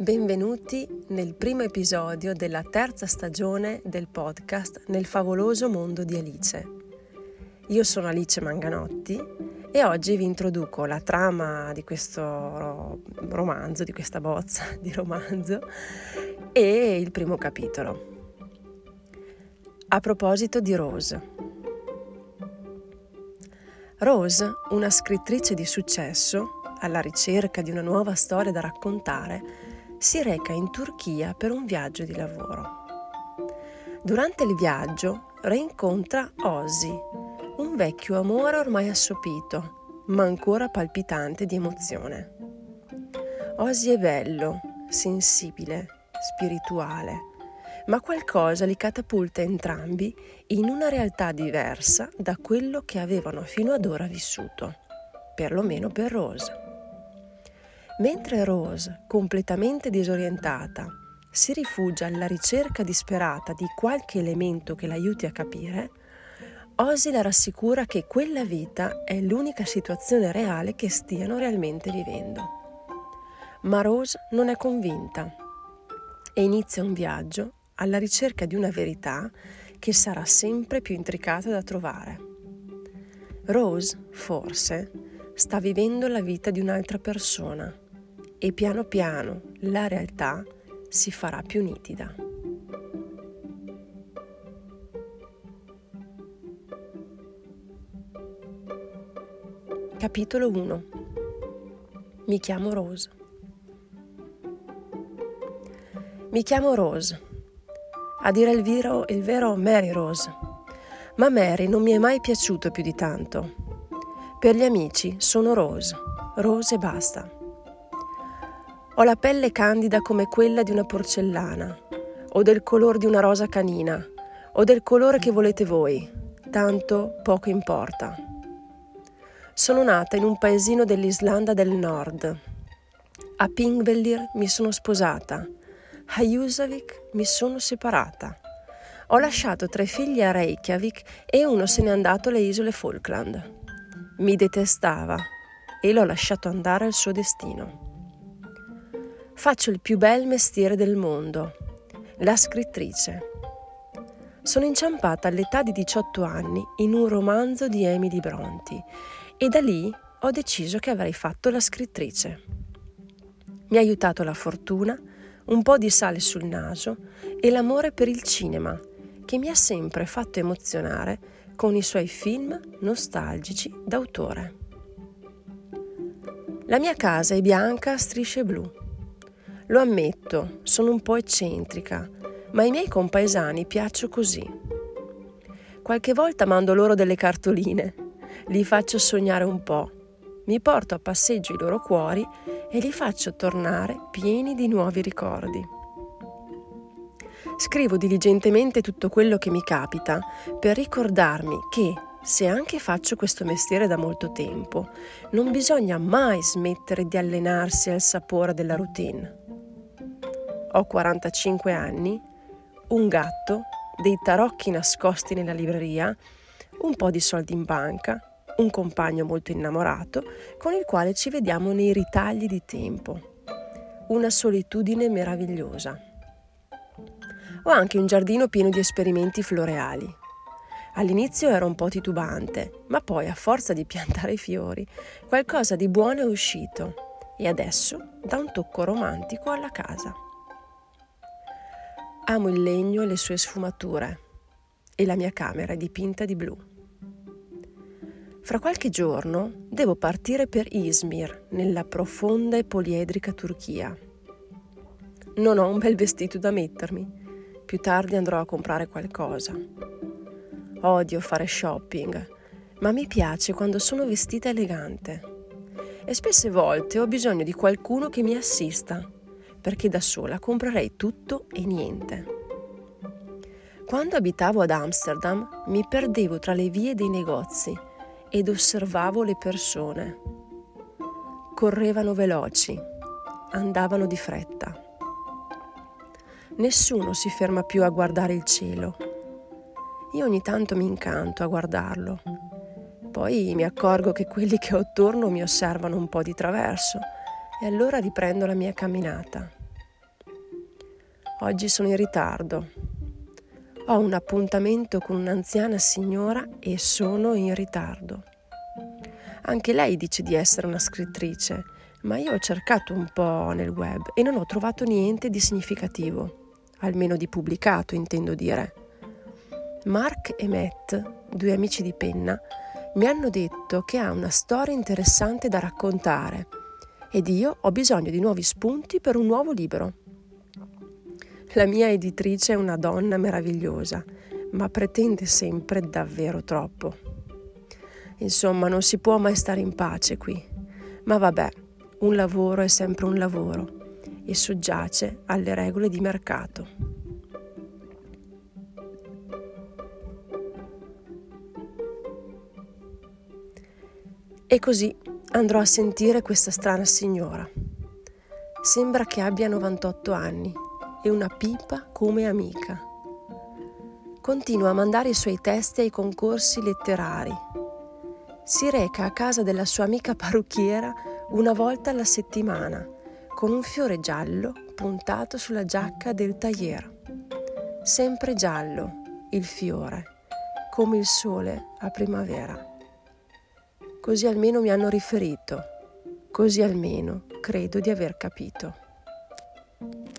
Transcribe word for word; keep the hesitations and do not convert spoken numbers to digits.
Benvenuti nel primo episodio della terza stagione del podcast Nel favoloso mondo di Alice. Io sono Alice Manganotti e oggi vi introduco la trama di questo romanzo, di questa bozza di romanzo e il primo capitolo. A proposito di Rose. Rose, una scrittrice di successo, alla ricerca di una nuova storia da raccontare, si reca in Turchia per un viaggio di lavoro. Durante il viaggio rincontra Ozzy, un vecchio amore ormai assopito, ma ancora palpitante di emozione. Ozzy è bello, sensibile, spirituale, ma qualcosa li catapulta entrambi in una realtà diversa da quello che avevano fino ad ora vissuto, perlomeno per Rose. Mentre Rose, completamente disorientata, si rifugia alla ricerca disperata di qualche elemento che l'aiuti a capire, Ozzy la rassicura che quella vita è l'unica situazione reale che stiano realmente vivendo. Ma Rose non è convinta e inizia un viaggio alla ricerca di una verità che sarà sempre più intricata da trovare. Rose, forse, sta vivendo la vita di un'altra persona e piano piano la realtà si farà più nitida. Capitolo uno. Mi chiamo Rose. Mi chiamo Rose. A dire il vero, il vero Mary Rose. Ma Mary non mi è mai piaciuto più di tanto. Per gli amici sono Rose, Rose e basta. Ho la pelle candida come quella di una porcellana, o del colore di una rosa canina, o del colore che volete voi, tanto poco importa. Sono nata in un paesino dell'Islanda del Nord. A Thingvellir mi sono sposata, a Husavik mi sono separata. Ho lasciato tre figli a Reykjavik e uno se n'è andato alle isole Falkland. Mi detestava e l'ho lasciato andare al suo destino. Faccio il più bel mestiere del mondo, la scrittrice. Sono inciampata all'età di diciotto anni in un romanzo di Emily Brontë e da lì ho deciso che avrei fatto la scrittrice. Mi ha aiutato la fortuna, un po' di sale sul naso e l'amore per il cinema, che mi ha sempre fatto emozionare con i suoi film nostalgici d'autore. La mia casa è bianca a strisce blu. Lo ammetto, sono un po' eccentrica, ma ai miei compaesani piaccio così. Qualche volta mando loro delle cartoline, li faccio sognare un po', mi porto a passeggio i loro cuori e li faccio tornare pieni di nuovi ricordi. Scrivo diligentemente tutto quello che mi capita per ricordarmi che, se anche faccio questo mestiere da molto tempo, non bisogna mai smettere di allenarsi al sapore della routine. Ho quarantacinque anni, un gatto, dei tarocchi nascosti nella libreria, un po' di soldi in banca, un compagno molto innamorato con il quale ci vediamo nei ritagli di tempo. Una solitudine meravigliosa. Ho anche un giardino pieno di esperimenti floreali. All'inizio ero un po' titubante, ma poi a forza di piantare i fiori, qualcosa di buono è uscito e adesso dà un tocco romantico alla casa. Amo il legno e le sue sfumature e la mia camera è dipinta di blu. Fra qualche giorno devo partire per Izmir, nella profonda e poliedrica Turchia. Non ho un bel vestito da mettermi. Più tardi andrò a comprare qualcosa. Odio fare shopping, ma mi piace quando sono vestita elegante. E spesse volte ho bisogno di qualcuno che mi assista, perché da sola comprerei tutto e niente. Quando abitavo ad Amsterdam mi perdevo tra le vie dei negozi ed osservavo le persone. Correvano veloci, andavano di fretta. Nessuno si ferma più a guardare il cielo. Io ogni tanto mi incanto a guardarlo. Poi mi accorgo che quelli che ho attorno mi osservano un po' di traverso e allora riprendo la mia camminata. Oggi sono in ritardo. Ho un appuntamento con un'anziana signora e sono in ritardo. Anche lei dice di essere una scrittrice, ma io ho cercato un po' nel web e non ho trovato niente di significativo, almeno di pubblicato, intendo dire. Mark e Matt, due amici di penna, mi hanno detto che ha una storia interessante da raccontare ed io ho bisogno di nuovi spunti per un nuovo libro. La mia editrice è una donna meravigliosa, ma pretende sempre davvero troppo. Insomma, non si può mai stare in pace qui. Ma vabbè, un lavoro è sempre un lavoro e soggiace alle regole di mercato. E così andrò a sentire questa strana signora. Sembra che abbia novantotto anni e una pipa come amica. Continua a mandare i suoi testi ai concorsi letterari. Si reca a casa della sua amica parrucchiera una volta alla settimana, con un fiore giallo puntato sulla giacca del tailleur. Sempre giallo, il fiore, come il sole a primavera. Così almeno mi hanno riferito, così almeno credo di aver capito.